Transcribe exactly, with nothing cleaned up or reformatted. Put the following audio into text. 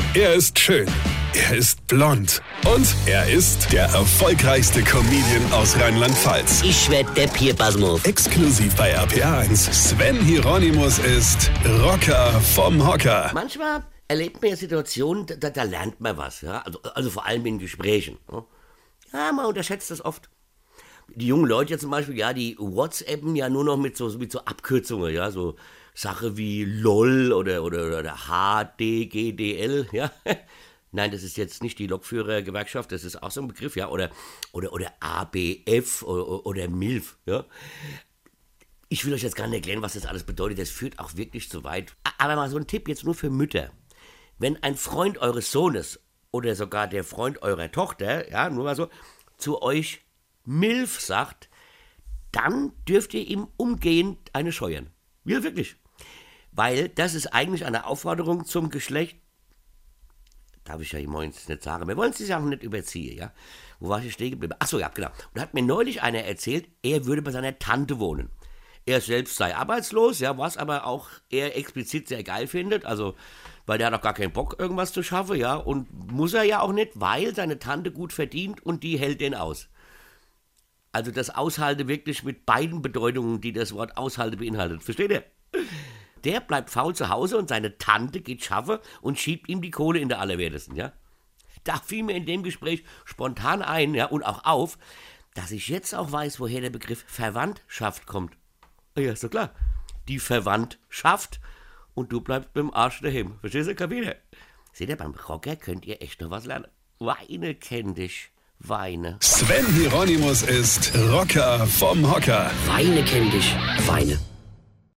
Er ist schön. Er ist blond. Und er ist der erfolgreichste Comedian aus Rheinland-Pfalz. Ich werd der Pierpasmus. Exklusiv bei R P A eins. Sven Hieronymus ist Rocker vom Hocker. Manchmal erlebt man ja Situationen, da, da lernt man was. Ja? Also, also vor allem in Gesprächen. Ja? ja, man unterschätzt das oft. Die jungen Leute zum Beispiel, ja, die WhatsAppen ja nur noch mit so, mit so Abkürzungen, ja, so Sache wie LOL oder, oder, oder H D G D L, ja. Nein, das ist jetzt nicht die Lokführergewerkschaft, das ist auch so ein Begriff, ja, oder, oder, oder A B F oder, oder MILF, ja. Ich will euch jetzt gar nicht erklären, was das alles bedeutet, das führt auch wirklich zu weit. Aber mal so ein Tipp jetzt nur für Mütter. Wenn ein Freund eures Sohnes oder sogar der Freund eurer Tochter, ja, nur mal so, zu euch MILF sagt, dann dürft ihr ihm umgehend eine scheuern. Ja, wirklich. Weil das ist eigentlich eine Aufforderung zum Geschlecht. Darf ich ja immer nicht sagen. Wir wollen es die Sachen nicht überziehen, ja. Wo war ich stehen geblieben? Achso, ja, genau. Und hat mir neulich einer erzählt, er würde bei seiner Tante wohnen. Er selbst sei arbeitslos, ja, was aber auch er explizit sehr geil findet, also, weil der hat auch gar keinen Bock, irgendwas zu schaffen, ja, und muss er ja auch nicht, weil seine Tante gut verdient und die hält den aus. Also das Aushalte wirklich mit beiden Bedeutungen, die das Wort Aushalte beinhaltet. Versteht ihr? Der bleibt faul zu Hause und seine Tante geht schaffen und schiebt ihm die Kohle in der Allerwertesten, ja? Da fiel mir in dem Gespräch spontan ein, ja, und auch auf, dass ich jetzt auch weiß, woher der Begriff Verwandtschaft kommt. Ja, ist doch klar. Die Verwandtschaft und du bleibst mit dem Arsch daheim. Verstehst du, Kabine? Seht ihr, beim Rocker könnt ihr echt noch was lernen. Weine kenn dich. Weine. Sven Hieronymus ist Rocker vom Hocker. Weine kenn dich. Weine.